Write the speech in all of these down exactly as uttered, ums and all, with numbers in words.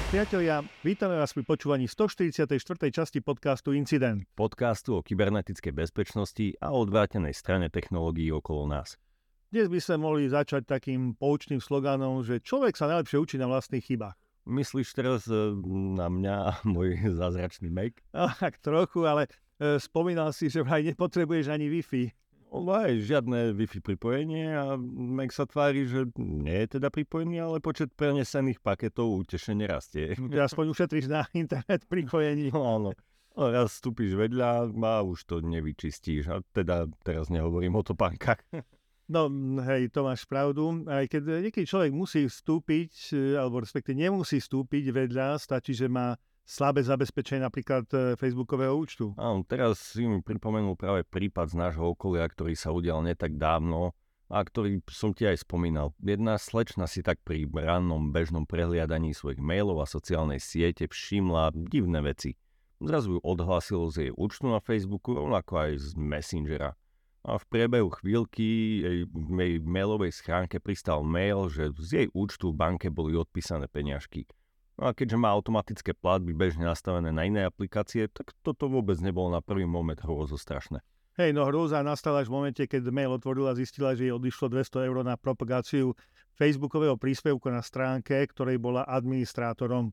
Priatelia, vítame vás pri počúvaní stoštyridsiatej štvrtej časti podcastu Incident. Podcastu o kybernetickej bezpečnosti a odvrátenej strane technológií okolo nás. Dnes by sme mohli začať takým poučným sloganom, že človek sa najlepšie učí na vlastných chybách. Myslíš teraz e, na mňa a môj zázračný Mac? No, tak trochu, ale e, spomínal si, že vraj nepotrebuješ ani Wi-Fi. On má aj žiadne Wi-Fi pripojenie a Mac sa tvári, že nie je teda pripojený, ale počet prenesených paketov utešene rastie. Ty aspoň ušetríš na internet pripojení. No áno. No, raz vstúpiš vedľa a už to nevyčistíš. A teda teraz nehovorím o topánkach. No hej, to máš pravdu. Aj keď niekedy človek musí vstúpiť, alebo respektíve nemusí vstúpiť vedľa, stačí, že má slabé zabezpečenie napríklad Facebookového účtu. Áno, teraz si mi pripomenul práve prípad z nášho okolia, ktorý sa udial netak dávno a ktorý som ti aj spomínal. Jedna slečna si tak pri rannom bežnom prehliadaní svojich mailov a sociálnej siete všimla divné veci. Zrazu ju odhlásilo z jej účtu na Facebooku, rovnako aj z Messengera. A v priebehu chvíľky jej v jej mailovej schránke pristal mail, že z jej účtu v banke boli odpísané peniažky. No a keďže má automatické platby bežne nastavené na iné aplikácie, tak toto vôbec nebolo na prvý moment hrozostrašné. Hej, no hrôza nastala až v momente, keď mail otvorila a zistila, že jej odišlo dvesto eur na propagáciu Facebookového príspevku na stránke, ktorej bola administrátorom.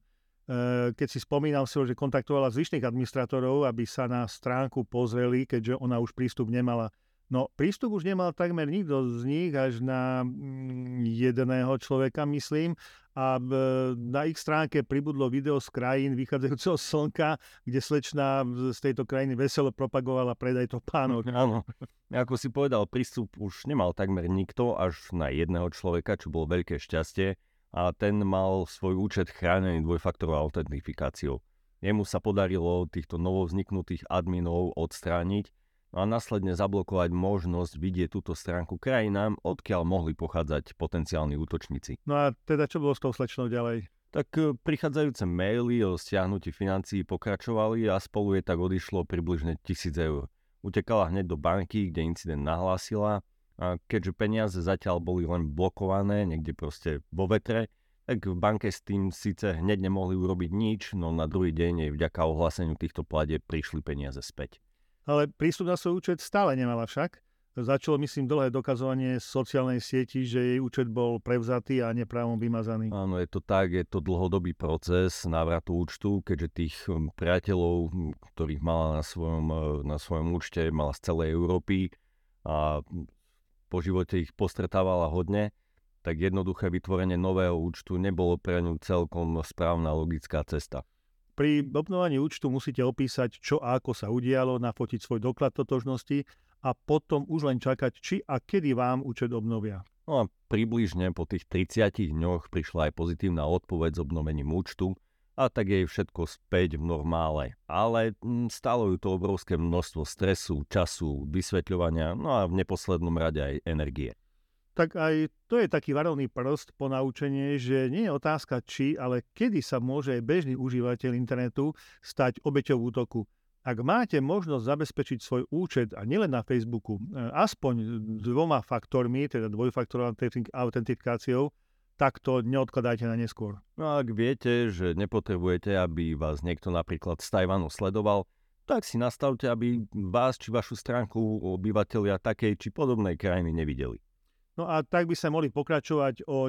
Keď si spomínal si, že kontaktovala zvyšných administrátorov, aby sa na stránku pozreli, keďže ona už prístup nemala. No, prístup už nemal takmer nikto z nich, až na jedného človeka, myslím. A na ich stránke pribudlo video z krajín vychádzajúceho slnka, kde slečna z tejto krajiny veselo propagovala predaj topánok. Áno, ako si povedal, prístup už nemal takmer nikto, až na jedného človeka, čo bolo veľké šťastie. A ten mal svoj účet chránený dvojfaktorovou autentifikáciou. Jemu sa podarilo týchto novovzniknutých adminov odstrániť a následne zablokovať možnosť vidieť túto stránku krajinám, odkiaľ mohli pochádzať potenciálni útočníci. No a teda čo bolo s tou slečnou ďalej? Tak prichádzajúce maily o stiahnutí financií pokračovali a spolu jej tak odišlo približne tisíc eur. Utekala hneď do banky, kde incident nahlásila a keďže peniaze zatiaľ boli len blokované, niekde proste vo vetre, tak v banke s tým síce hneď nemohli urobiť nič, no na druhý deň jej vďaka ohláseniu týchto platieb prišli peniaze späť. Ale prístup na svoj účet stále nemala však. Začalo, myslím, dlhé dokazovanie sociálnej sieti, že jej účet bol prevzatý a neprávom vymazaný. Áno, je to tak, je to dlhodobý proces návratu účtu, keďže tých priateľov, ktorých mala na svojom, na svojom účte, mala z celej Európy a po živote ich postretávala hodne, tak jednoduché vytvorenie nového účtu nebolo pre ňu celkom správna logická cesta. Pri obnovovaní účtu musíte opísať, čo a ako sa udialo, nafotiť svoj doklad totožnosti a potom už len čakať, či a kedy vám účet obnovia. No a približne po tých tridsiatich dňoch prišla aj pozitívna odpoveď s obnovením účtu a tak jej všetko späť v normále. Ale stálo ju to obrovské množstvo stresu, času, vysvetľovania, no a v neposlednom rade aj energie. Tak aj to je taký varovný prst po naučenie, že nie je otázka či, ale kedy sa môže bežný užívateľ internetu stať obeťou útoku. Ak máte možnosť zabezpečiť svoj účet, a nielen na Facebooku, aspoň dvoma faktormi, teda dvojfaktorovou autentifikáciou, tak to neodkladajte na neskôr. No a ak viete, že nepotrebujete, aby vás niekto napríklad z Tajvanu sledoval, tak si nastavte, aby vás či vašu stránku obyvatelia takej či podobnej krajiny nevideli. No a tak by sa mohli pokračovať o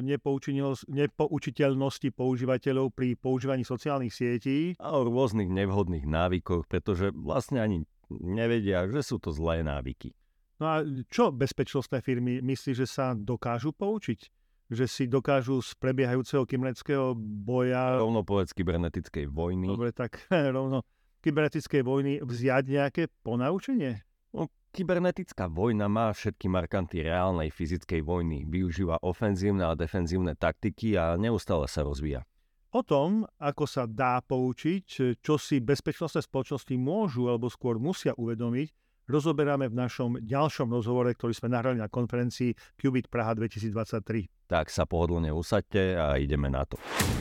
nepoučiteľnosti používateľov pri používaní sociálnych sietí. A o rôznych nevhodných návykoch, pretože vlastne ani nevedia, že sú to zlé návyky. No a čo bezpečnostné firmy myslí, že sa dokážu poučiť? Že si dokážu z prebiehajúceho kybernetického boja... Rovno povedz kybernetickej vojny. Dobre, tak rovno kybernetickej vojny vziať nejaké ponaučenie? No, kybernetická vojna má všetky markanty reálnej fyzickej vojny, využíva ofenzívne a defenzívne taktiky a neustále sa rozvíja. O tom, ako sa dá poučiť, čo si bezpečnostné spoločnosti môžu alebo skôr musia uvedomiť, rozoberáme v našom ďalšom rozhovore, ktorý sme nahrali na konferencii Qubit Praha dvetisícdvadsaťtri. Tak sa pohodlne usaďte a ideme na to.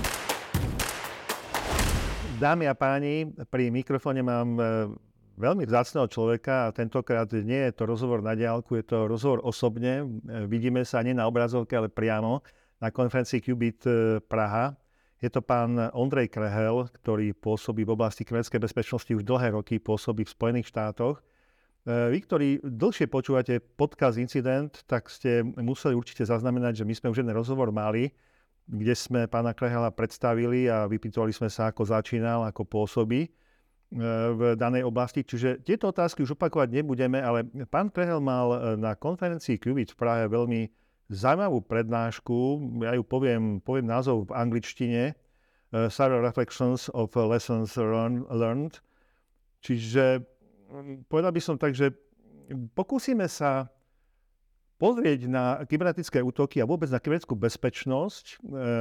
Dámy a páni, pri mikrofóne mám veľmi vzácneho človeka a tentokrát nie je to rozhovor na diaľku, je to rozhovor osobne. Vidíme sa nie na obrazovke, ale priamo na konferencii Qubit Praha. Je to pán Ondrej Krehel, ktorý pôsobí v oblasti kybernetickej bezpečnosti už dlhé roky, pôsobí v Spojených štátoch. Vy, ktorí dlhšie počúvate podcast Incident, tak ste museli určite zaznamenať, že my sme už jeden rozhovor mali, kde sme pána Krehela predstavili a vypýtovali sme sa, ako začínal, ako pôsobí v danej oblasti. Čiže tieto otázky už opakovať nebudeme, ale pán Krehel mal na konferencii Qubit v Prahe veľmi zaujímavú prednášku. Ja ju poviem, poviem názov v angličtine. Several Reflections of Lessons Learned. Čiže povedal by som tak, že pokúsime sa pozrieť na kybernetické útoky a vôbec na kybernetickú bezpečnosť,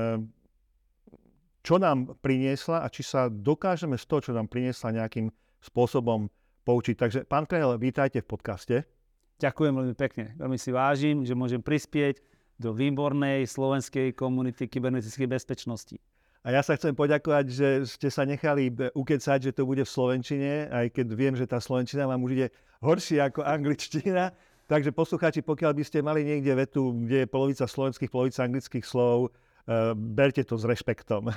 čo nám priniesla a či sa dokážeme z toho, čo nám priniesla, nejakým spôsobom poučiť. Takže pán Krehel, vítajte v podcaste. Ďakujem veľmi pekne. Veľmi si vážim, že môžem prispieť do výbornej slovenskej komunity kybernetickej bezpečnosti. A ja sa chcem poďakovať, že ste sa nechali ukecať, že to bude v slovenčine, aj keď viem, že tá slovenčina vám už ide horšie ako angličtina. Takže poslucháči, pokiaľ by ste mali niekde vetu, kde je polovica slovenských, polovica anglických slov, uh, berte to s rešpektom.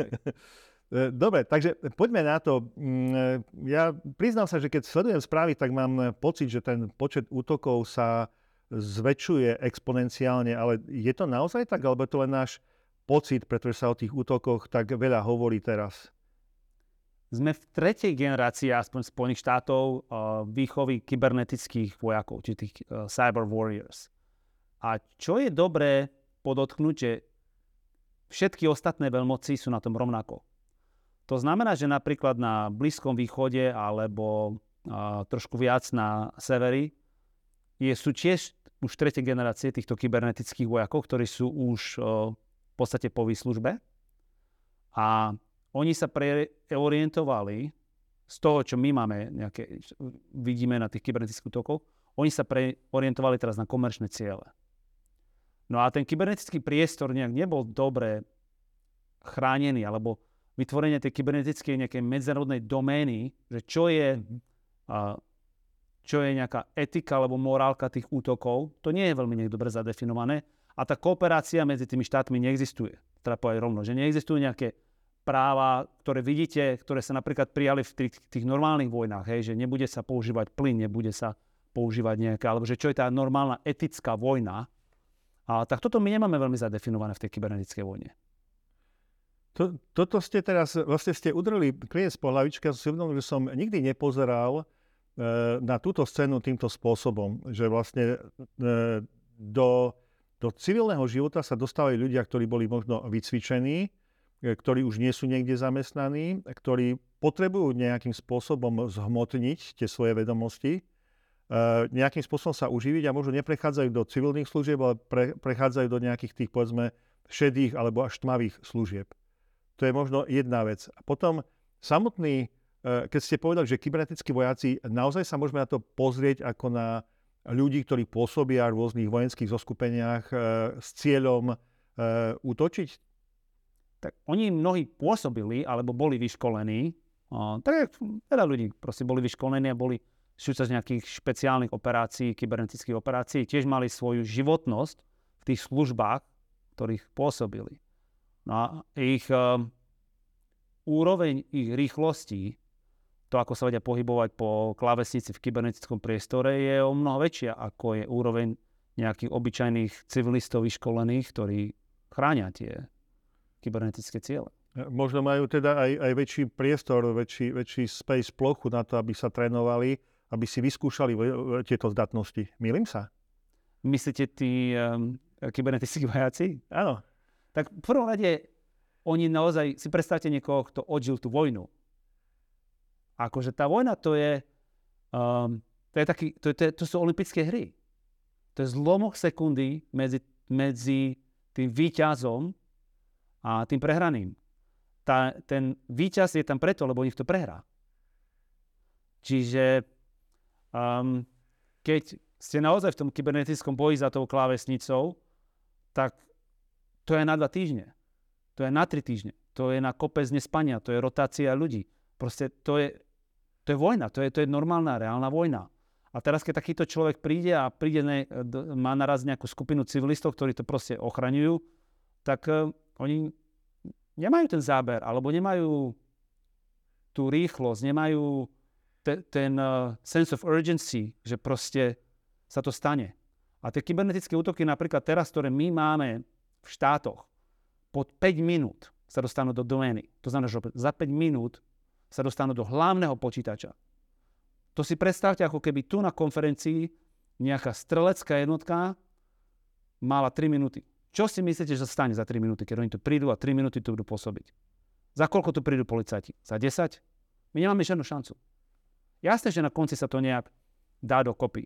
Dobre, takže poďme na to. Ja priznám sa, že keď sledujem správy, tak mám pocit, že ten počet útokov sa zväčšuje exponenciálne, ale je to naozaj tak, alebo je to len náš pocit, pretože sa o tých útokoch tak veľa hovorí teraz? Sme v tretej generácii, aspoň Spojených štátov, výchovy kybernetických vojakov, či tých cyber warriors. A čo je dobré podotknúť, že všetky ostatné veľmoci sú na tom rovnako. To znamená, že napríklad na Blízkom východe alebo trošku viac na severi je, sú tiež už tretie generácie týchto kybernetických vojakov, ktorí sú už v podstate po výslužbe. A oni sa preorientovali z toho, čo my máme, nejaké, vidíme na tých kybernetických útokoch, oni sa preorientovali teraz na komerčné ciele. No a ten kybernetický priestor nejak nebol dobre chránený, alebo vytvorenie tej kybernetickej nejakej medzinárodnej domény, že čo je, a, čo je nejaká etika alebo morálka tých útokov, to nie je veľmi nejak dobre zadefinované. A tá kooperácia medzi tými štátmi neexistuje. Treba povedať rovno, že neexistujú nejaké práva, ktoré vidíte, ktoré sa napríklad prijali v tých, tých normálnych vojnách, hej, že nebude sa používať plyn, nebude sa používať nejaká, alebo že čo je tá normálna etická vojna. A tak toto my nemáme veľmi zadefinované v tej kybernetickej vojne. To, toto ste teraz, vlastne ste udreli klienc po hlavičke, ja som si uvedomil, že som nikdy nepozeral e, na túto scénu týmto spôsobom, že vlastne e, do Do civilného života sa dostávajú ľudia, ktorí boli možno vycvičení, ktorí už nie sú niekde zamestnaní, ktorí potrebujú nejakým spôsobom zhmotniť tie svoje vedomosti, nejakým spôsobom sa uživiť a možno neprechádzajú do civilných služieb, ale pre, prechádzajú do nejakých tých, povedzme, šedých alebo až tmavých služieb. To je možno jedna vec. A potom samotný, keď ste povedali, že kybernetickí vojaci, naozaj sa môžeme na to pozrieť ako na ľudí, ktorí pôsobia v rôznych vojenských zoskupeniach e, s cieľom e, útočiť? Tak oni mnohí pôsobili, alebo boli vyškolení. O, tak veľa ľudí proste boli vyškolení a boli súčasť nejakých špeciálnych operácií, kybernetických operácií. Tiež mali svoju životnosť v tých službách, ktorých pôsobili. No a ich e, úroveň ich rýchlostí, to, ako sa vedia pohybovať po klávesnici v kybernetickom priestore, je o mnoho väčšia, ako je úroveň nejakých obyčajných civilistov vyškolených, ktorí chránia tie kybernetické ciele. Možno majú teda aj, aj väčší priestor, väčší, väčší space plochu na to, aby sa trénovali, aby si vyskúšali tieto zdatnosti. Mýlim sa? Myslíte tí um, kybernetickí vojaci? Áno. Tak v prvom rade oni naozaj, si predstavte niekoho, kto odžil tú vojnu. Akože tá vojna to je, um, to, je taký, to, to, to sú olympijské hry. To je zlomok sekundy medzi, medzi tým víťazom a tým prehraným. Tá, ten víťaz je tam preto, lebo nech to prehrá. Čiže um, keď ste naozaj v tom kybernetickom boji za tou klávesnicou, tak to je na dva týždne. To je na tri týždne. To je na kopec nespania. To je rotácia ľudí. Proste to je To je vojna, to je, to je normálna, reálna vojna. A teraz, keď takýto človek príde a príde ne, má naraz nejakú skupinu civilistov, ktorí to proste ochraňujú, tak uh, oni nemajú ten záber, alebo nemajú tú rýchlosť, nemajú te, ten uh, sense of urgency, že proste sa to stane. A tie kybernetické útoky napríklad teraz, ktoré my máme v štátoch, pod päť minút sa dostanú do domény. To znamená, že za päť minút sa dostanú do hlavného počítača. To si predstavte, ako keby tu na konferencii nejaká strelecká jednotka mala tri minúty. Čo si myslíte, že sa stane za tri minúty, keď oni tu prídu a tri minúty tu budú pôsobiť? Za koľko tu prídu policajti? Za desať? My nemáme žiadnu šancu. Jasné, že na konci sa to nejak dá dokopy.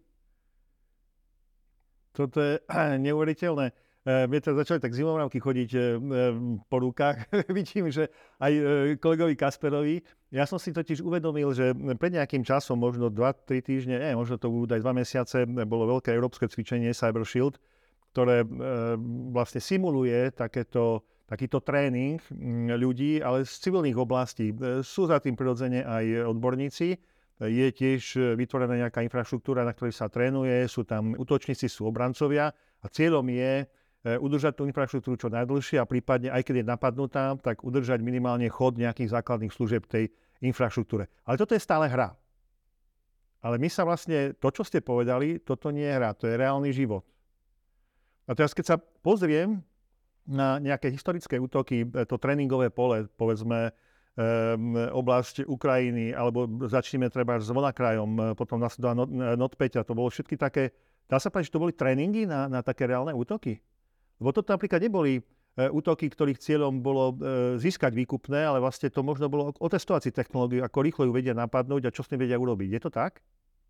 Toto je neuveriteľné. Mne to začali tak zimomravky chodiť po rukách. Vidím, že aj kolegovi Kasperovi. Ja som si totiž uvedomil, že pred nejakým časom, možno dva tri týždne, nie, možno to budú aj dva mesiace, bolo veľké európske cvičenie Cyber Shield, ktoré vlastne simuluje takéto, takýto tréning ľudí, ale z civilných oblastí. Sú za tým prirodzene aj odborníci. Je tiež vytvorená nejaká infraštruktúra, na ktorej sa trénuje. Sú tam útočníci, sú obrancovia. A cieľom je udržať tú infraštruktúru čo najdlhšie a prípadne, aj keď je napadnutá, tak udržať minimálne chod nejakých základných služieb tej infraštruktúre. Ale toto je stále hra. Ale my sa vlastne, to, čo ste povedali, toto nie je hra, to je reálny život. A teraz, keď sa pozriem na nejaké historické útoky, to tréningové pole, povedzme, um, oblasť Ukrajiny, alebo začneme treba s Vonakrajom, potom nasledová NotPetya, to bolo všetky také, dá sa povedať, že to boli tréningy na, na také reálne útoky? Lebo toto napríklad neboli e, útoky, ktorých cieľom bolo e, získať výkupné, ale vlastne to možno bolo otestovať si technológiu, ako rýchlo ju vedia napadnúť a čo s tým vedia urobiť. Je to tak?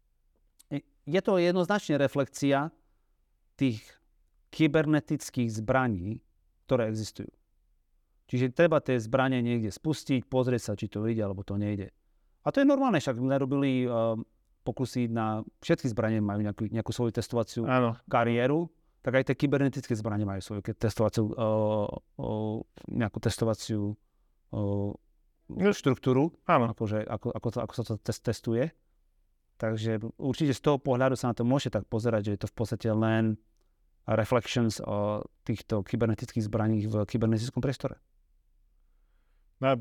Je to jednoznačne reflekcia tých kybernetických zbraní, ktoré existujú. Čiže treba tie zbranie niekde spustiť, pozrieť sa, či to ide, alebo to nejde. A to je normálne, však nerobili uh, pokusy na všetky zbranie, majú nejakú, nejakú svoju testovaciu Áno. kariéru, tak aj tie kybernetické zbranie majú svoju testovaciu, uh, uh, nejakú testovaciu uh, štruktúru, akože, ako, ako, ako sa to testuje. Takže určite z toho pohľadu sa na to môžete tak pozerať, že je to v podstate len reflections o týchto kybernetických zbraní v kybernetickom priestore. A,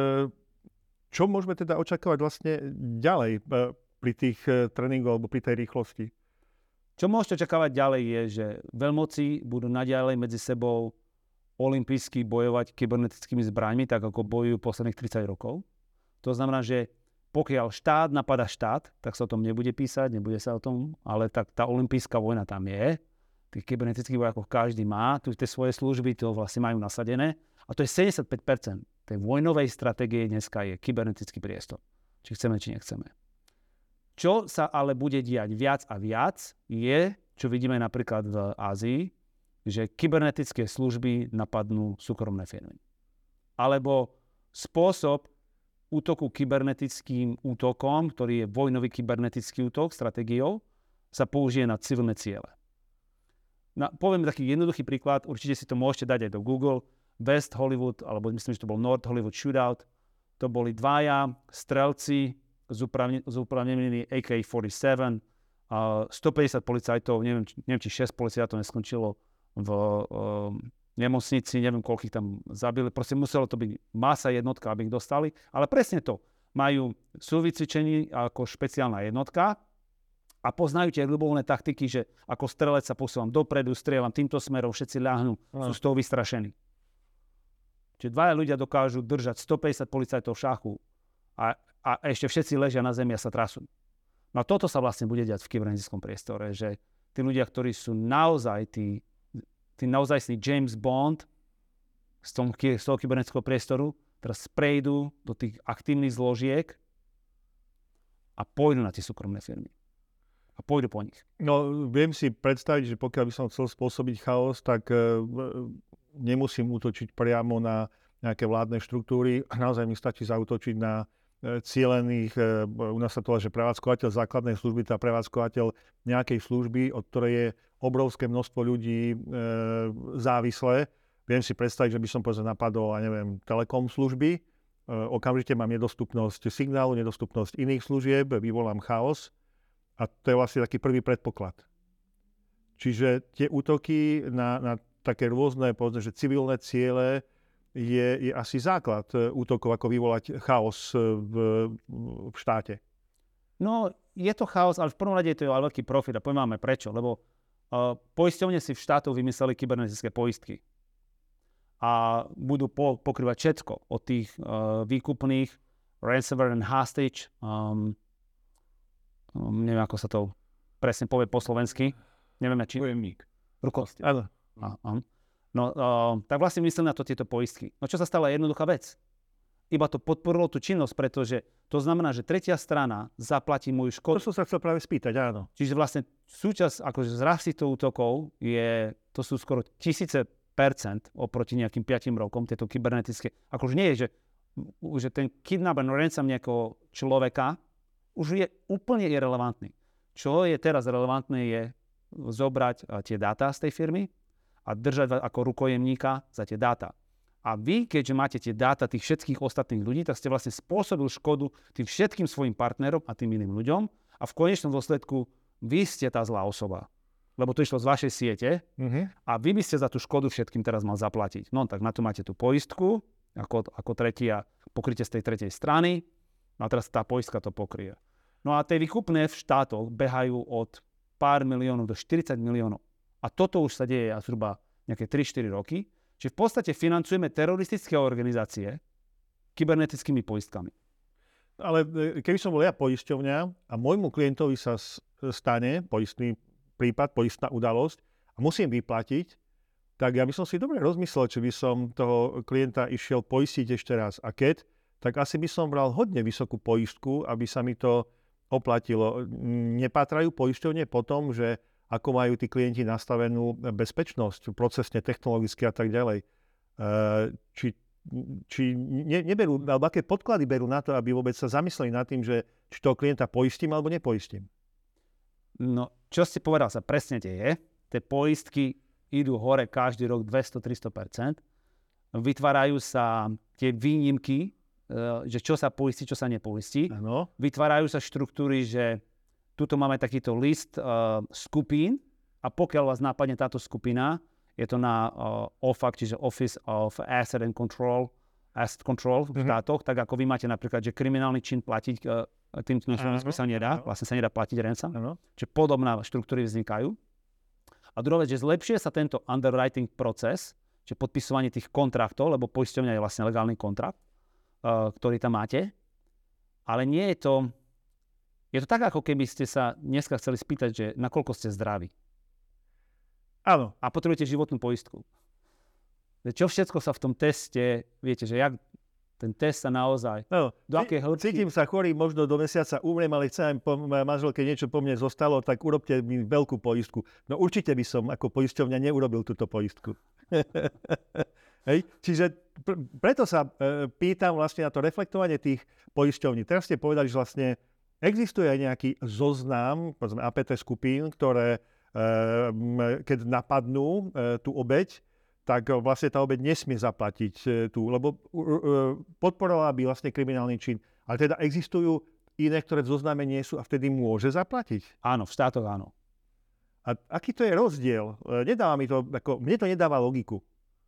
čo môžeme teda očakávať vlastne ďalej pri tých tréningoch alebo pri tej rýchlosti? Čo môžete očakávať ďalej je, že veľmoci budú naďalej medzi sebou olympijsky bojovať kybernetickými zbraňmi, tak ako bojujú posledných tridsať rokov. To znamená, že pokiaľ štát napadá štát, tak sa o tom nebude písať, nebude sa o tom, ale tak tá olympijská vojna tam je. Tých kybernetických vojakov každý má, tu tie svoje služby to vlastne majú nasadené. A to je sedemdesiatpäť percent tej vojnovej stratégie dneska je kybernetický priestor. Či chceme, či nechceme. Čo sa ale bude diať viac a viac je, čo vidíme napríklad v Ázii, že kybernetické služby napadnú súkromné firmy. Alebo spôsob útoku kybernetickým útokom, ktorý je vojnový kybernetický útok, stratégiou, sa použije na civilné ciele. Na, poviem taký jednoduchý príklad, určite si to môžete dať aj do Google. West Hollywood, alebo myslím, že to bol North Hollywood Shootout, to boli dvaja strelci z upravnenými á ká štyridsaťsedem, a stopäťdesiat policajtov, neviem, neviem či šesť policajtov neskončilo v um, nemocnici, neviem, koľkých tam zabili. Proste muselo to byť masa jednotka, aby ich dostali. Ale presne to. Majú, sú vycvičení ako špeciálna jednotka a poznajú tie ľubovolné taktiky, že ako strelec sa posúvam dopredu, strieľam týmto smerom, všetci ľahnú, no. Sú z toho vystrašení. Čiže dvaja ľudia dokážu držať stopäťdesiat policajtov v šachu a, a ešte všetci ležia na zemi a sa trasú. No a toto sa vlastne bude diať v kybernetickom priestore, že tí ľudia, ktorí sú naozaj tí, tí naozajstný James Bond z toho, z toho kybernetického priestoru, teraz prejdú do tých aktívnych zložiek a pôjdu na tie súkromné firmy. A pôjdu po nich. No, viem si predstaviť, že pokiaľ by som chcel spôsobiť chaos, tak uh, nemusím útočiť priamo na nejaké vládne štruktúry. Naozaj mi stačí zaútočiť na uh, cielených, uh, u nás sa to volá, že prevádzkovateľ základnej služby, tá prevádzkovateľ nejakej služby, od ktorej je obrovské množstvo ľudí uh, závislé. Viem si predstaviť, že by som povedzme napadol, a neviem, telekom služby. Uh, okamžite mám nedostupnosť signálu, nedostupnosť iných služieb, vyvolám chaos. A to je vlastne taký prvý predpoklad. Čiže tie útoky na, na také rôzne, povedzme, že civilné ciele je, je asi základ útokov, ako vyvolať chaos v, v štáte. No, je to chaos, ale v prvom rade je to ale veľký profit a poviem vám prečo, lebo uh, poisťovne si v štátoch vymysleli kybernetické poistky a budú po, pokrývať všetko od tých uh, výkupných, ransomware and hostage, um, um, neviem, ako sa to presne povie po slovensky, neviem, či... Bojemník. Rukosti. Áno. No, uh, tak vlastne mysleli na to tieto poistky. No čo sa stala? Jednoduchá vec. Iba to podporilo tú činnosť, pretože to znamená, že tretia strana zaplatí moju škodu. To som sa chcel práve spýtať, áno. Čiže vlastne súčasť, akože z týchto útokov je, to sú skoro tisíce percent oproti nejakým piatim rokom, tieto kybernetické. Akože nie je, že, že ten kidnap and ransom nejakého človeka už je úplne irrelevantný. Čo je teraz relevantné, je zobrať tie dáta z tej firmy a držať ako rukojemníka za tie dáta. A vy, keďže máte tie dáta tých všetkých ostatných ľudí, tak ste vlastne spôsobili škodu tým všetkým svojim partnerom a tým iným ľuďom a v konečnom dôsledku vy ste tá zlá osoba. Lebo to išlo z vašej siete uh-huh. a vy by ste za tú škodu všetkým teraz mal zaplatiť. No tak na to máte tú poistku ako, ako tretia, pokrytie z tej tretej strany a teraz tá poistka to pokrie. No a tie výkupné v štátoch behajú od pár miliónov do štyridsať miliónov. A toto už sa deje zhruba nejaké tri štyri roky. Čiže v podstate financujeme teroristické organizácie kybernetickými poistkami. Ale keby som bol ja poisťovňa a môjmu klientovi sa stane poistný prípad, poistná udalosť a musím vyplatiť, tak ja by som si dobre rozmyslel, či by som toho klienta išiel poistiť ešte raz. A keď, tak asi by som bral hodne vysokú poistku, aby sa mi to oplatilo. Nepátrajú poisťovne po tom, že ako majú tí klienti nastavenú bezpečnosť, procesne, technologicky a tak ďalej. Či, či ne, neberú, alebo aké podklady berú na to, aby vôbec sa zamysleli nad tým, že či toho klienta poistím alebo nepoistím? No, čo ste povedal, sa presne deje. Tie poistky idú hore každý rok dvesto až tristo percent. Vytvárajú sa tie výnimky, že čo sa poistí, čo sa nepoistí. Ano. Vytvárajú sa štruktúry, že tuto máme takýto list uh, skupín a pokiaľ vás nápadne táto skupina, je to na uh, O F A C, čiže Office of Asset and Control, Asset Control v mm-hmm. štátoch, tak ako vy máte napríklad, že kriminálny čin platiť uh, týmto uh-huh. sa nedá, uh-huh. vlastne sa nedá platiť ransom, uh-huh. čiže podobná štruktúry vznikajú. A druhá vec, že zlepšuje sa tento underwriting proces, čiže podpisovanie tých kontraktov, lebo poisťovňa je vlastne legálny kontrakt, uh, ktorý tam máte, ale nie je to Je to tak, ako keby ste sa dneska chceli spýtať, že nakoľko ste zdraví. Áno. A potrebujete životnú poistku. Čo všetko sa v tom teste, viete, že jak ten test sa naozaj... No, do akej hĺbky... Cítim sa chorý, možno do mesiaca umrem, ale chcem po manželke niečo po mne zostalo, tak urobte mi veľkú poistku. No určite by som ako poisťovňa neurobil túto poistku. Hej? Čiže pr- preto sa e, pýtam vlastne na to reflektovanie tých poisťovní. Teraz ste povedali, že vlastne existuje aj nejaký zoznam, povedzme á pé té skupín, ktoré e, keď napadnú e, tú obeť, tak vlastne tá obeť nesmie zaplatiť e, tú, lebo e, podporovala by vlastne kriminálny čin. Ale teda existujú iné, ktoré v zozname nie sú a vtedy môže zaplatiť? Áno, v štátoch áno. A aký to je rozdiel? E, nedáva mi to, ako, mne to nedáva logiku.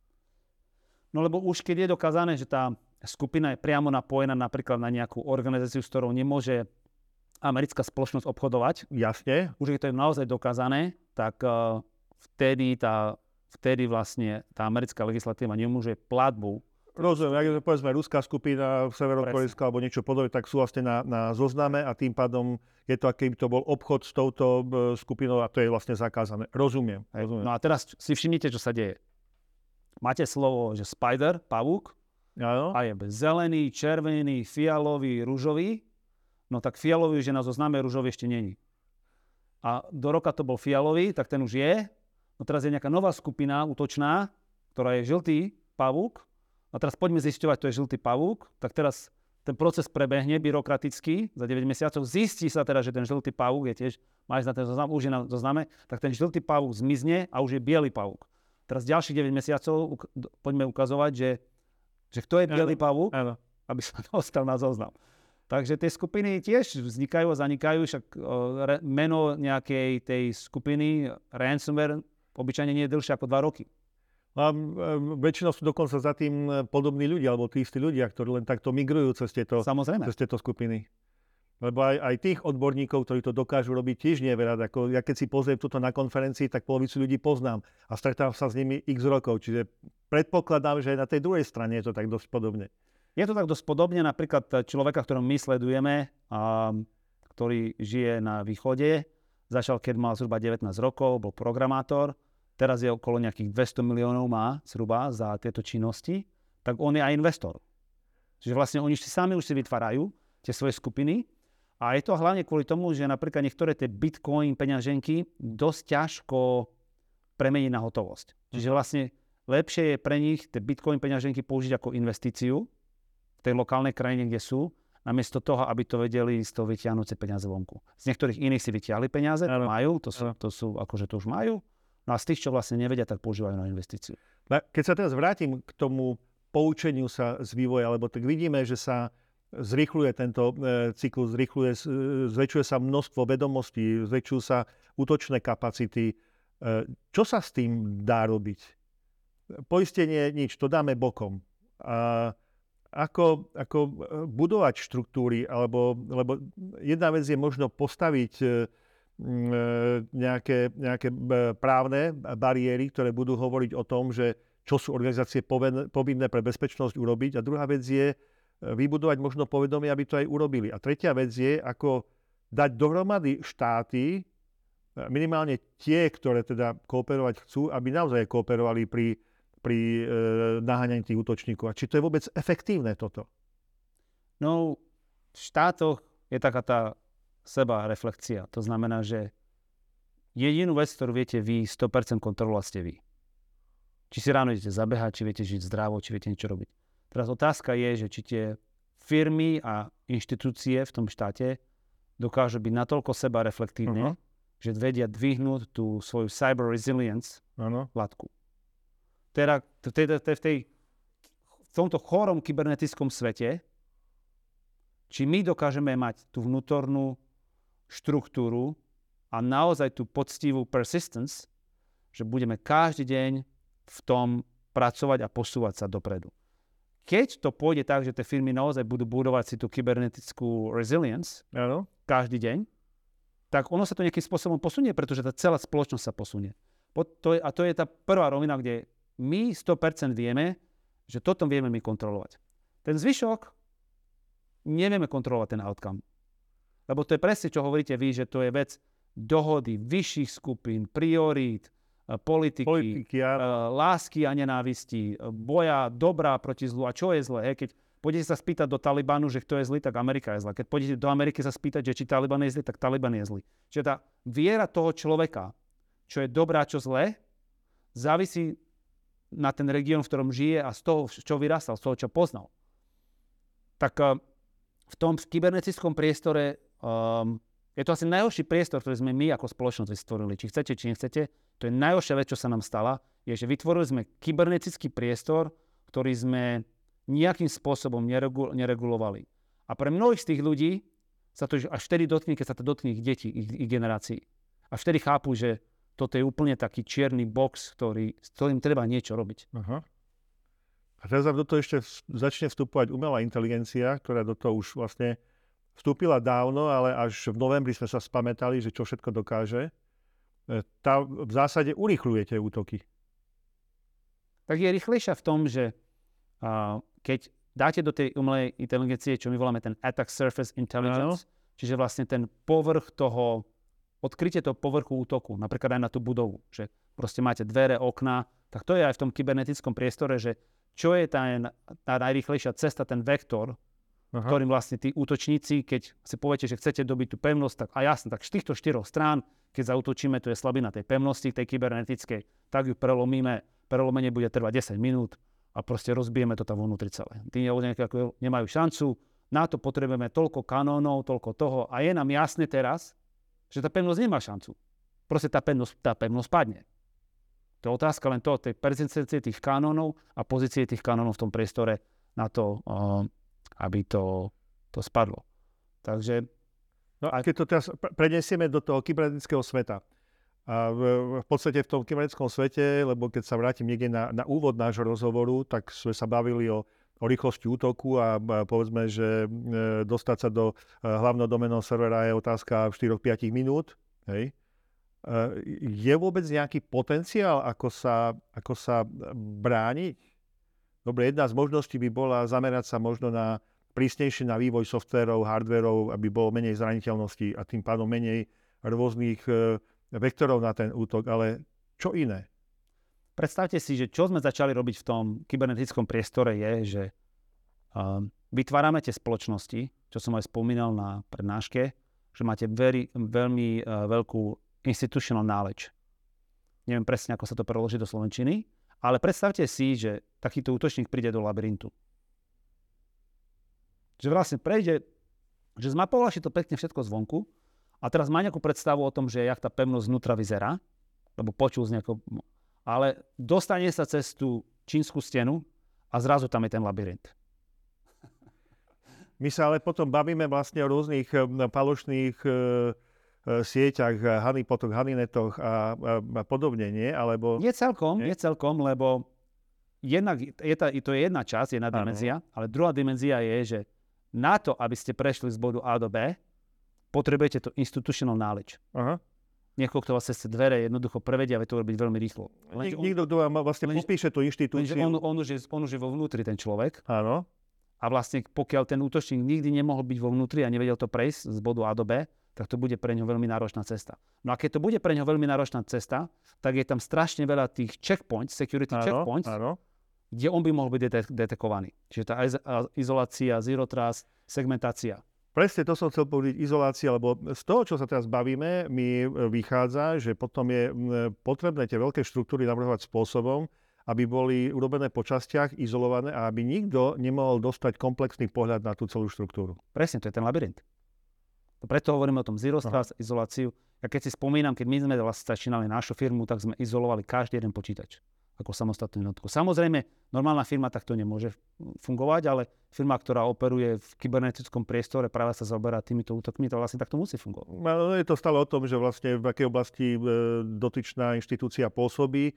No lebo už keď je dokázané, že tá skupina je priamo napojená napríklad na nejakú organizáciu, s ktorou nemôže americká spoločnosť obchodovať. Jasne. Už keď to je naozaj dokázané, tak uh, vtedy, tá, vtedy vlastne tá americká legislatíva nemôže platbu. Rozumiem, ak povedzme ruská skupina, severokorejská alebo niečo podobné, tak sú vlastne na, na zozname a tým pádom je to, aký by to bol obchod s touto skupinou a to je vlastne zakázané. Rozumiem. Rozumiem. No a teraz si všimnite, čo sa deje. Máte slovo, že spider, pavúk, ano. A je zelený, červený, fialový, ružový. No tak fialový už je na zozname, ružový ešte není. A do roka to bol fialový, tak ten už je. No teraz je nejaká nová skupina útočná, ktorá je žltý pavúk. A teraz poďme zisťovať, to je žltý pavúk. Tak teraz ten proces prebehne byrokraticky za deväť mesiacov. Zistí sa teda, že ten žltý pavúk je tiež, má ísť na ten zoznam, už je na zozname, tak ten žltý pavúk zmizne a už je biely pavúk. Teraz ďalších deväť mesiacov poďme ukazovať, že, že kto je biely pavúk, aby sa dostal na zoznam. Takže tie skupiny tiež vznikajú a zanikajú, však o, re, meno nejakej tej skupiny ransomware obyčajne nie je dlhšie ako dva roky. A väčšinou sú dokonca za tým podobní ľudia, alebo tí istí ľudia, ktorí len takto migrujú cez tieto, cez tieto skupiny. Lebo aj, aj tých odborníkov, ktorí to dokážu robiť, tiež nie je veľa. Ako ja keď si pozriem túto na konferencii, tak polovicu ľudí poznám a stretávam sa s nimi x rokov. Čiže predpokladám, že aj na tej druhej strane je to tak dosť podobne. Je to tak dosť podobne, napríklad človeka, ktorom my sledujeme, a, ktorý žije na východe, začal, keď mal zhruba devätnásť rokov, bol programátor, teraz je okolo nejakých dvesto miliónov má zhruba za tieto činnosti, tak on je aj investor. Čiže vlastne oni si sami už si vytvárajú tie svoje skupiny. A je to hlavne kvôli tomu, že napríklad niektoré tie bitcoin peňaženky dosť ťažko premeniť na hotovosť. Čiže vlastne lepšie je pre nich tie bitcoin peňaženky použiť ako investíciu v tej lokálnej krajine, kde sú, namiesto toho, aby to vedeli z toho vytiahnuť peniaze vonku. Z niektorých iných si vytiahli peniaze, to majú, to sú, to sú akože to už majú, no a z tých, čo vlastne nevedia, tak používajú na investíciu. Keď sa teraz vrátim k tomu poučeniu sa z vývoja, lebo tak vidíme, že sa zrýchľuje tento e, cyklus, zrýchľuje, zväčšuje sa množstvo vedomostí, zväčšujú sa útočné kapacity. E, čo sa s tým dá robiť? Poistenie nič, to dáme bokom. A ako, ako budovať štruktúry, alebo, lebo jedna vec je možno postaviť e, nejaké, nejaké právne bariéry, ktoré budú hovoriť o tom, že čo sú organizácie povinné pre bezpečnosť urobiť. A druhá vec je vybudovať možno povedomie, aby to aj urobili. A tretia vec je, ako dať dohromady štáty, minimálne tie, ktoré teda kooperovať chcú, aby naozaj kooperovali pri, pri e, naháňaní tých útočníkov. A či to je vôbec efektívne toto? No, v štátoch je taká tá sebareflexia. To znamená, že jedinú vec, ktorú viete vy sto percent kontrolovať, ste vy. Či si ráno idete zabehať, či viete žiť zdravo, či viete niečo robiť. Teraz otázka je, že či tie firmy a inštitúcie v tom štáte dokážu byť natoľko sebareflektívne, uh-huh. že vedia dvihnúť tú svoju cyber resilience uh-huh. latku. Teda v, tej, v, tej, v tomto chorom kybernetickom svete, či my dokážeme mať tú vnútornú štruktúru a naozaj tú poctivú persistence, že budeme každý deň v tom pracovať a posúvať sa dopredu. Keď to pôjde tak, že tie firmy naozaj budú budovať si tú kybernetickú resilience ano. Každý deň, tak ono sa to nejakým spôsobom posunie, pretože tá celá spoločnosť sa posunie. To je, a to je tá prvá rovina, kde my sto percent vieme, že toto vieme my kontrolovať. Ten zvyšok nevieme kontrolovať ten outcome. Lebo to je presne, čo hovoríte vy, že to je vec dohody vyšších skupín, priorít, politiky, politiky ja. uh, lásky a nenávisti, boja dobrá proti zlu. A čo je zlé? He? Keď pôjdete sa spýtať do Talibanu, že kto je zlý, tak Amerika je zlá. Keď pôjdete do Ameriky sa spýtať, že či Taliban je zlý, tak Taliban je zlý. Čiže tá viera toho človeka, čo je dobrá, čo zlé, závisí na ten región, v ktorom žije a z toho, čo vyrastal, z toho, čo poznal. Tak uh, v tom kybernetickom priestore um, je to asi najhorší priestor, ktorý sme my ako spoločnosť vytvorili. Či chcete, či nechcete, to je najhoršia vec, čo sa nám stala, je, že vytvorili sme kybernetický priestor, ktorý sme nejakým spôsobom neregu- neregulovali. A pre mnohých z tých ľudí sa to až vtedy dotkne, keď sa to dotkne ich detí, ich, ich generácií. A vtedy chápu, že toto je úplne taký čierny box, ktorý, s ktorým treba niečo robiť. Aha. A teraz do toho ešte začne vstupovať umelá inteligencia, ktorá do toho už vlastne vstúpila dávno, ale až v novembri sme sa spamätali, že čo všetko dokáže. Tá v zásade urýchľuje tie útoky. Tak je rýchlejšia v tom, že uh, keď dáte do tej umelej inteligencie, čo my voláme ten attack surface intelligence, no. Čiže vlastne ten povrch toho, odkrytie toho povrchu útoku, napríklad aj na tú budovu, že proste máte dvere, okná, tak to je aj v tom kybernetickom priestore, že čo je tá, tá najrýchlejšia cesta, ten vektor, Aha. ktorým vlastne tí útočníci, keď si poviete, že chcete dobiť tú pevnosť, tak a jasne, tak z týchto štyroch strán, keď zautočíme, to je slabina tej pevnosti, tej kybernetickej, tak ju prelomíme, prelomenie bude trvať desať minút a proste rozbijeme to tam vnútri celé. Tí nemajú šancu, na to potrebujeme toľko kanónov, toľko toho a je nám jasné teraz, že tá pevnosť nemá šancu. Proste tá pevnosť, tá pevnosť padne. To je otázka len toho, tej prezencie tých kanónov a pozície tých kanónov v tom priestore na to, uh, aby to, to spadlo. Takže... No a keď to teraz prenesieme do toho kybernetického sveta, A v, v podstate v tom kybernetickom svete, lebo keď sa vrátim niekde na, na úvod nášho rozhovoru, tak sme sa bavili o, o rýchlosti útoku a, a povedzme, že e, dostať sa do e, hlavného doménneho servera je otázka štyri až päť minút. Hej. E, je vôbec nejaký potenciál, ako sa, ako sa brániť? Dobre, jedna z možností by bola zamerať sa možno na prísnejšie na vývoj softvérov, hardvérov, aby bolo menej zraniteľností a tým pádom menej rôznych e, vektorov na ten útok, ale čo iné? Predstavte si, že čo sme začali robiť v tom kybernetickom priestore je, že uh, vytvárame tie spoločnosti, čo som aj spomínal na prednáške, že máte very, veľmi uh, veľkú institutional knowledge. Neviem presne, ako sa to preloží do slovenčiny, ale predstavte si, že takýto útočník príde do labyrintu. Že vlastne prejde, že zmapoval si to pekne všetko zvonku, a teraz má nejakú predstavu o tom, že jak tá pevnosť vnútra vyzerá, lebo počul z nejakého... Ale dostane sa cez tú čínsku stenu a zrazu tam je ten labyrint. My sa ale potom bavíme vlastne o rôznych falošných e, e, sieťach, honeypotoch, honeynetoch a, a, a podobne, nie? Alebo... Nie celkom, nie, nie celkom, lebo jednak, je ta, to je jedna časť, jedna dimenzia, ale druhá dimenzia je, že na to, aby ste prešli z bodu A do B, potrebujete to institutional knowledge. Aha. Niekoho, kto vás cez dvere jednoducho prevedia, vie to robiť veľmi rýchlo. Nik, Niekto, kto vám vlastne lenže, popíše tú inštitúciu. On, on, už je, on už je vo vnútri, ten človek. Áno. A vlastne pokiaľ ten útočník nikdy nemohol byť vo vnútri a nevedel to prejsť z bodu A do B, tak to bude pre ňo veľmi náročná cesta. No a keď to bude pre ňo veľmi náročná cesta, tak je tam strašne veľa tých checkpoints, security áno, checkpoints, áno. kde on by mohol byť dete- detekovaný. Čiže tá izolácia, zero trust, segmentácia. Presne to som chcel povedať, izolácia, lebo z toho, čo sa teraz bavíme, mi vychádza, že potom je potrebné tie veľké štruktúry navrhovať spôsobom, aby boli urobené po častiach, izolované a aby nikto nemohol dostať komplexný pohľad na tú celú štruktúru. Presne, to je ten labyrint. Preto hovoríme o tom zero trust, izoláciu. Ja keď si spomínam, keď my sme vlastne začínali našu firmu, tak sme izolovali každý jeden počítač ako samostatnú jednotku. Samozrejme, normálna firma takto nemôže fungovať, ale firma, ktorá operuje v kybernetickom priestore, práve sa zaoberá týmito útokmi, to vlastne takto musí fungovať. No, je to stále o tom, že vlastne v akej oblasti e, dotyčná inštitúcia pôsobí, e,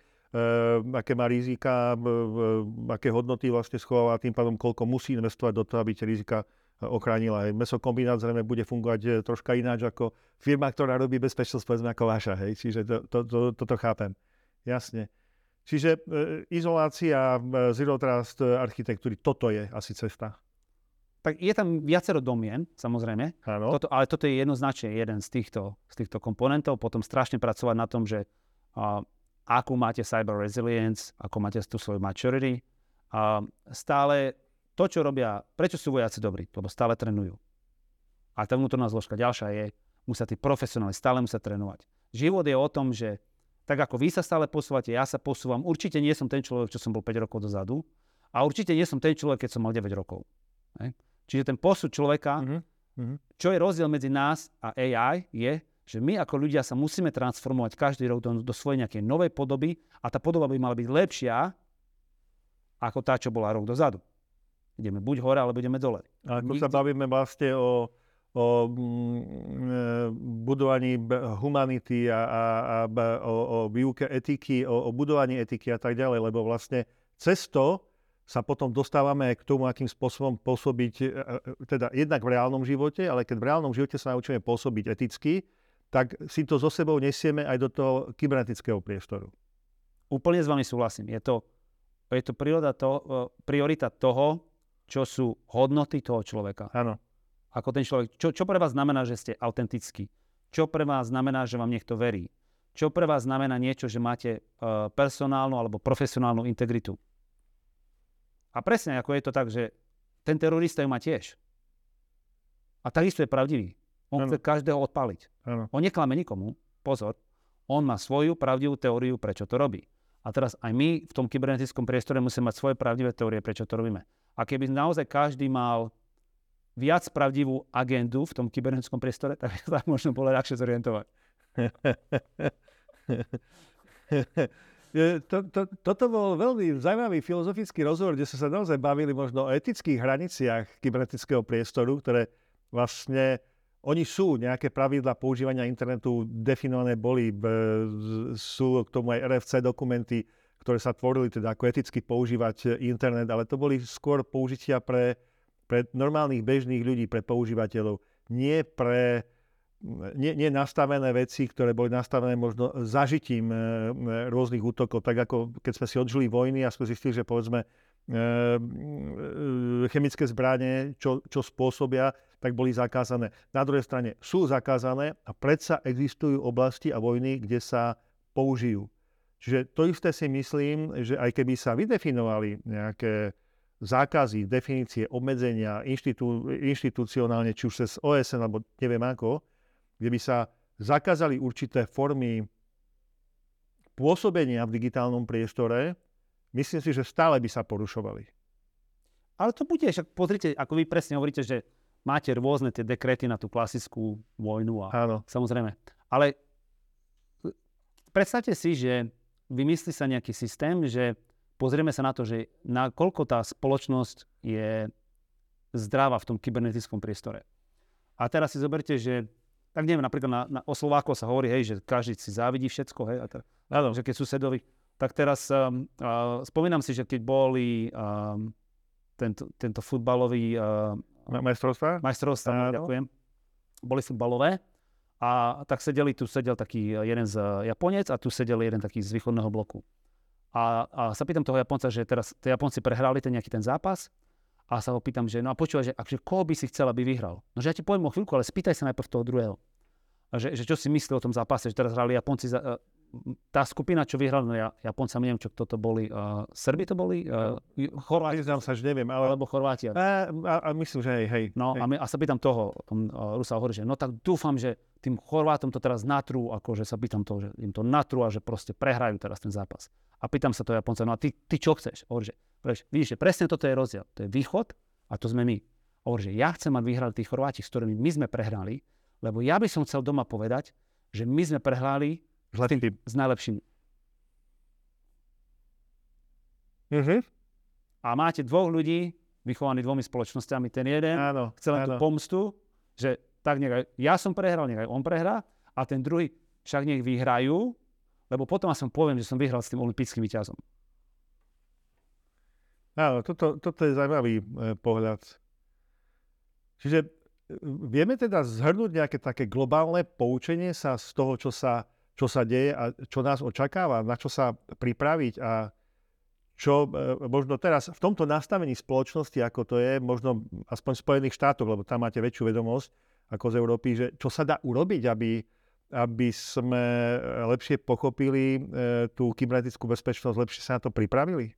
aké má rizika, e, aké hodnoty vlastne schováva, tým pádom koľko musí investovať do toho, aby tie rizika ochránila. Mesokombinát zrejme bude fungovať troška ináč ako firma, ktorá robí bezpečnosť, povedzme ako vaša. Hej? Čiže to, to, to, toto chápem. Jasne. Čiže e, izolácia, e, zero trust architektúry, toto je asi cesta. Tak je tam viacero domien, samozrejme, toto, ale toto je jednoznačne jeden z týchto, z týchto komponentov. Potom strašne pracovať na tom, že a, akú máte cyber resilience, ako máte tú svoju maturity. A stále to, čo robia, prečo sú vojaci dobrí? Lebo stále trénujú. A tá vnútorná zložka ďalšia je, musia tí profesionáli stále musia trénovať. Život je o tom, že tak ako vy sa stále posúvate, ja sa posúvam. Určite nie som ten človek, čo som bol päť rokov dozadu. A určite nie som ten človek, keď som mal deväť rokov. Hej. Čiže ten posud človeka, mm-hmm. čo je rozdiel medzi nás a á í, je, že my ako ľudia sa musíme transformovať každý rok do, do svojej nejakej novej podoby a tá podoba by mala byť lepšia ako tá, čo bola rok dozadu. Ideme buď hore, alebo ideme dole. A ako Nikde... sa bavíme vlastne o o budovaní humanity a, a, a o, o výuke etiky, o, o budovaní etiky a tak ďalej, lebo vlastne cez to sa potom dostávame k tomu, akým spôsobom pôsobiť, teda jednak v reálnom živote, ale keď v reálnom živote sa naučíme pôsobiť eticky, tak si to so sebou nesieme aj do toho kybernetického priestoru. Úplne s vami súhlasím. Je to, je to priorita, to, priorita toho, čo sú hodnoty toho človeka. Áno. Ako ten človek, čo, čo pre vás znamená, že ste autentickí? Čo pre vás znamená, že vám niekto verí? Čo pre vás znamená niečo, že máte uh, personálnu alebo profesionálnu integritu? A presne ako je to tak, že ten terorista ju má tiež. A takisto je pravdivý. On ano. Chce každého odpaliť. Ano. On neklame nikomu. Pozor. On má svoju pravdivú teóriu, prečo to robí. A teraz aj my v tom kybernetickom priestore musíme mať svoje pravdivé teórie, prečo to robíme. A keby naozaj každý mal viac pravdivú agendu v tom kybernetickom priestore, tak sa možno bolo ľahšie zorientovať. to, to, toto bol veľmi zaujímavý filozofický rozhovor, kde sa naozaj bavili možno o etických hraniciach kybernetického priestoru, ktoré vlastne oni sú, nejaké pravidlá používania internetu definované boli, sú k tomu aj er ef cé dokumenty, ktoré sa tvorili teda ako eticky používať internet, ale to boli skôr použitia pre, pre normálnych bežných ľudí, pre používateľov. Nie pre nie, nie nastavené veci, ktoré boli nastavené možno zažitím e, rôznych útokov, tak ako keď sme si odžili vojny a sme zistili, že povedzme e, e, chemické zbranie, čo, čo spôsobia, tak boli zakázané. Na druhej strane sú zakázané a predsa existujú oblasti a vojny, kde sa použijú. Čiže to isté si myslím, že aj keby sa vydefinovali nejaké zákazy, definície, obmedzenia inštitú, inštitucionálne, či už cez ó es en, alebo neviem ako, kde by sa zakázali určité formy pôsobenia v digitálnom priestore, myslím si, že stále by sa porušovali. Ale to bude, však pozrite, ako vy presne hovoríte, že máte rôzne tie dekrety na tú klasickú vojnu. A áno. Samozrejme. Ale predstavte si, že vymyslí sa nejaký systém, že pozrieme sa na to, že nakoľko tá spoločnosť je zdravá v tom kybernetickom priestore. A teraz si zoberte, že tak neviem, napríklad na, na, o Slovákov sa hovorí, hej, že každý si závidí všetko, hej, a t- áno, že keď susedovi, tak teraz um, uh, spomínam si, že keď boli um, tento, tento futbalový uh, majstrovstvá, majstrovstvá, ďakujem, boli futbalové a tak sedeli, tu sedel taký jeden z Japonec a tu sedel jeden taký z východného bloku. A, a sa pýtam toho Japonca, že teraz tí Japonci prehrali ten nejaký ten zápas a sa ho pýtam, že no a počúvaj, že akže koho by si chcel, aby vyhral? No že ja ti poviem o chvíľku, ale spýtaj sa najprv toho druhého. A že, že čo si myslí o tom zápase, že teraz hrali Japonci, za, tá skupina, čo vyhrali, no ja, Japonca, neviem, čo kto to boli, uh, Srbi to boli? Uh, Chorváti? Priznám sa, že neviem, ale... Alebo Chorváti. A, a, a myslím, že hej, hej. No hej. A, my, a sa pýtam toho, tom, uh, Rusa hovorí, že no tak dúfam, že tým Chorvátom to teraz natrú, akože sa pýtam toho, že im to natrú a že proste prehrajú teraz ten zápas. A pýtam sa toho Japonca, no a ty, ty čo chceš? Hovorí, že preš, vidíš, že presne toto je rozdiel. To je východ a to sme my. Hovorí, že ja chcem, aby vyhrali tí Chorváti, s ktorými my sme prehrali, lebo ja by som chcel doma povedať, že my sme prehrali tým, s najlepšími. Uh-huh. A máte dvoch ľudí, vychovaných dvomi spoločnosťami. Ten jeden áno, chce len tú áno. pomstu, že tak nech aj ja som prehral, nech aj on prehrá, a ten druhý však nech vyhrajú, lebo potom ja som poviem, že som vyhral s tým olympijským víťazom. Áno, toto, toto je zaujímavý e, pohľad. Čiže vieme teda zhrnúť nejaké také globálne poučenie sa z toho, čo sa, čo sa deje a čo nás očakáva, na čo sa pripraviť a čo e, možno teraz v tomto nastavení spoločnosti, ako to je, možno aspoň v Spojených štátoch, lebo tam máte väčšiu vedomosť ako z Európy, že čo sa dá urobiť, aby, aby sme lepšie pochopili e, tú kybernetickú bezpečnosť, lepšie sa na to pripravili?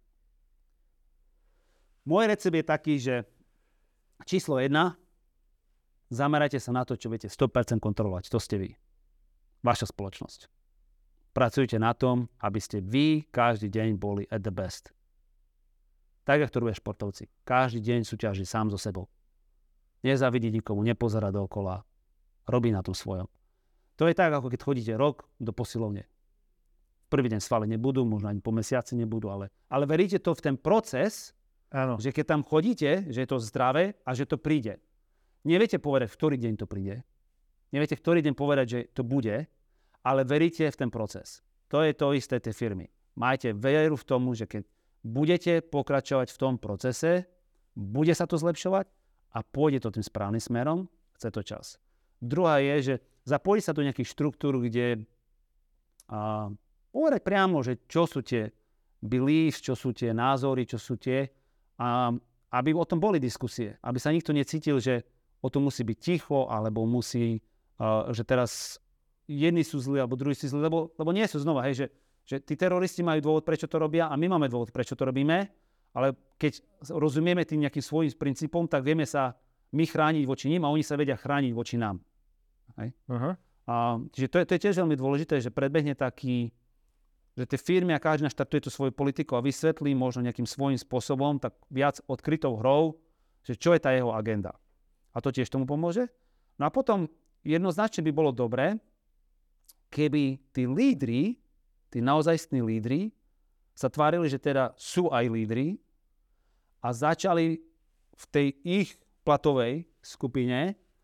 Môj recept je taký, že číslo jedna, zamerajte sa na to, čo viete sto percent kontrolovať. To ste vy. Vaša spoločnosť. Pracujte na tom, aby ste vy každý deň boli at the best. Tak, ako to robia športovci. Každý deň súťaží sám so sebou. Nezavidí nikomu, nepozerá dookola. Robí na tom svojom. To je tak, ako keď chodíte rok do posilovne. Prvý deň svaly nebudú, možno ani po mesiaci nebudú, ale, ale veríte to v ten proces, áno, že keď tam chodíte, že je to zdravé a že to príde. Neviete povedať, v ktorý deň to príde. Neviete, v ktorý deň povedať, že to bude, ale veríte v ten proces. To je to isté tej firmy. Majte veru v tomu, že keď budete pokračovať v tom procese, bude sa to zlepšovať a pôjde to tým správnym smerom, chce to čas. Druhá je, že zapojiť sa do nejakých štruktúr, kde a, povedať priamo, že čo sú tie beliefs, čo sú tie názory, čo sú tie, a, aby o tom boli diskusie. Aby sa nikto necítil, že o tom musí byť ticho, alebo musí, a, že teraz jedni sú zlí, alebo druhí sú zlí, lebo, lebo nie sú znova, hej, že, že tí teroristi majú dôvod, prečo to robia a my máme dôvod, prečo to robíme, ale keď rozumieme tým nejakým svojím princípom, tak vieme sa my chrániť voči ním a oni sa vedia chrániť voči nám. Hej? Uh-huh. A, čiže to je, to je tiež veľmi dôležité, že predbehne taký, že tie firmy a každý naštartuje tú svoju politiku a vysvetlí možno nejakým svojím spôsobom, tak viac odkrytou hrou, že čo je tá jeho agenda. A to tiež tomu pomôže. No a potom jednoznačne by bolo dobré, keby tí lídri, tí naozajstní lídri, sa tvárili, že teda sú aj lídri a začali v tej ich platovej skupine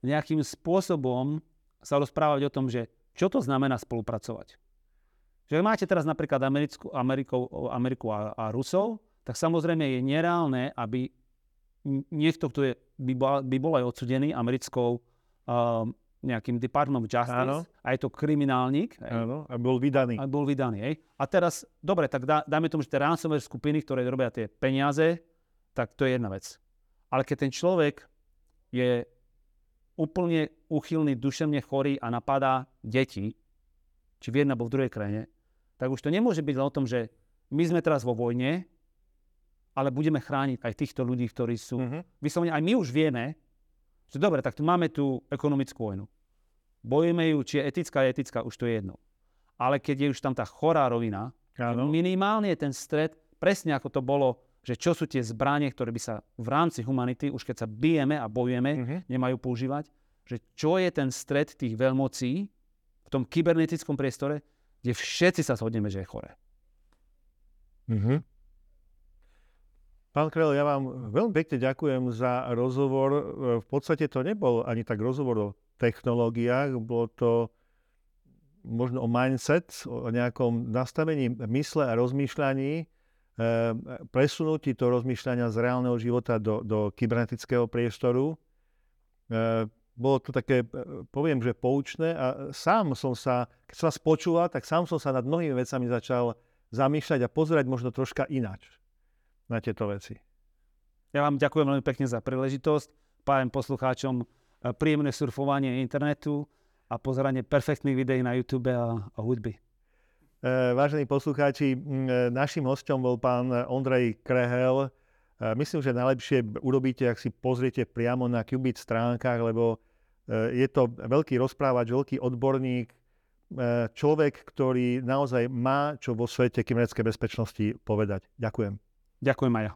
nejakým spôsobom sa rozprávať o tom, že čo to znamená spolupracovať. Že máte teraz napríklad Americku, Ameriku, Ameriku a, a Rusov, tak samozrejme je nereálne, aby niekto, kto je, by, bol, by bol aj odsudený americkou uh, nejakým Department of Justice, a je to kriminálnik. Áno, a bol vydaný. A bol vydaný, hej. A teraz, dobre, tak dá, dáme tomu, že tie ransomware skupiny, ktoré robia tie peniaze, tak to je jedna vec. Ale keď ten človek je úplne úchylný, duševne chorý a napadá deti, či v jednej alebo v druhej krajine, tak už to nemôže byť len o tom, že my sme teraz vo vojne, ale budeme chrániť aj týchto ľudí, ktorí sú... Uh-huh. Vyslovene aj my už vieme, že dobre, tak tu máme tú ekonomickú vojnu. Bojujeme ju, či je etická, je etická, už to je jedno. Ale keď je už tam tá chorá rovina, minimálne je ten stred, presne ako to bolo, že čo sú tie zbranie, ktoré by sa v rámci humanity, už keď sa bijeme a bojujeme, uh-huh. nemajú používať, že čo je ten stred tých veľmocí v tom kybernetickom priestore, kde všetci sa zhodneme, že je choré. Uh-huh. Pán Krejl, ja vám veľmi pekne ďakujem za rozhovor. V podstate to nebol ani tak rozhovor o technológiách, bolo to možno o mindset, o nejakom nastavení mysle a rozmýšľaní, presunutí toho rozmýšľania z reálneho života do, do kybernetického priestoru. Bolo to také, poviem, že poučné a sám som sa, keď som vás počúval, tak sám som sa nad mnohými vecami začal zamýšľať a pozerať možno troška ináč na tieto veci. Ja vám ďakujem veľmi pekne za príležitosť. Prajem poslucháčom príjemné surfovanie internetu a pozeranie perfektných videí na YouTube a, a hudby. E, vážení poslucháči, našim hosťom bol pán Ondrej Krehel. E, myslím, že najlepšie urobíte, ak si pozriete priamo na Qubit stránkach, lebo e, je to veľký rozprávač, veľký odborník, e, človek, ktorý naozaj má čo vo svete kybernetickej bezpečnosti povedať. Ďakujem. Ďakujem aj ja.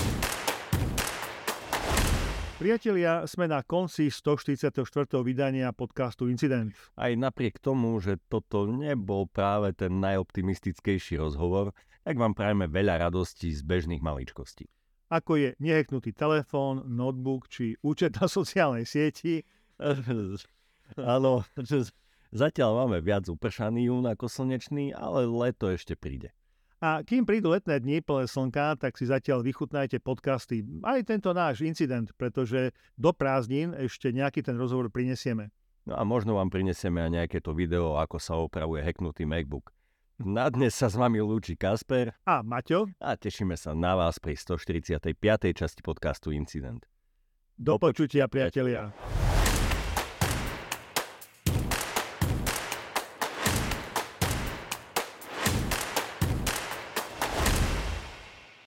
Priatelia, sme na konci stoštyridsiateho štvrtého vydania podcastu Incident. Aj napriek tomu, že toto nebol práve ten najoptimistickejší rozhovor, tak vám prajeme veľa radostí z bežných maličkostí. Ako je nehacknutý telefón, notebook či účet na sociálnej sieti. Áno, zatiaľ máme viac upršaný jún ako slnečný, ale leto ešte príde. A kým prídu letné dni plné slnka, tak si zatiaľ vychutnajte podcasty. Aj tento náš Incident, pretože do prázdnin ešte nejaký ten rozhovor prinesieme. No a možno vám prinesieme aj nejaké to video, ako sa opravuje hacknutý MacBook. Na dnes sa s vami lúči Kasper a Maťo a tešíme sa na vás pri stoštyridsiatej piatej časti podcastu Incident. Do počutia, priatelia.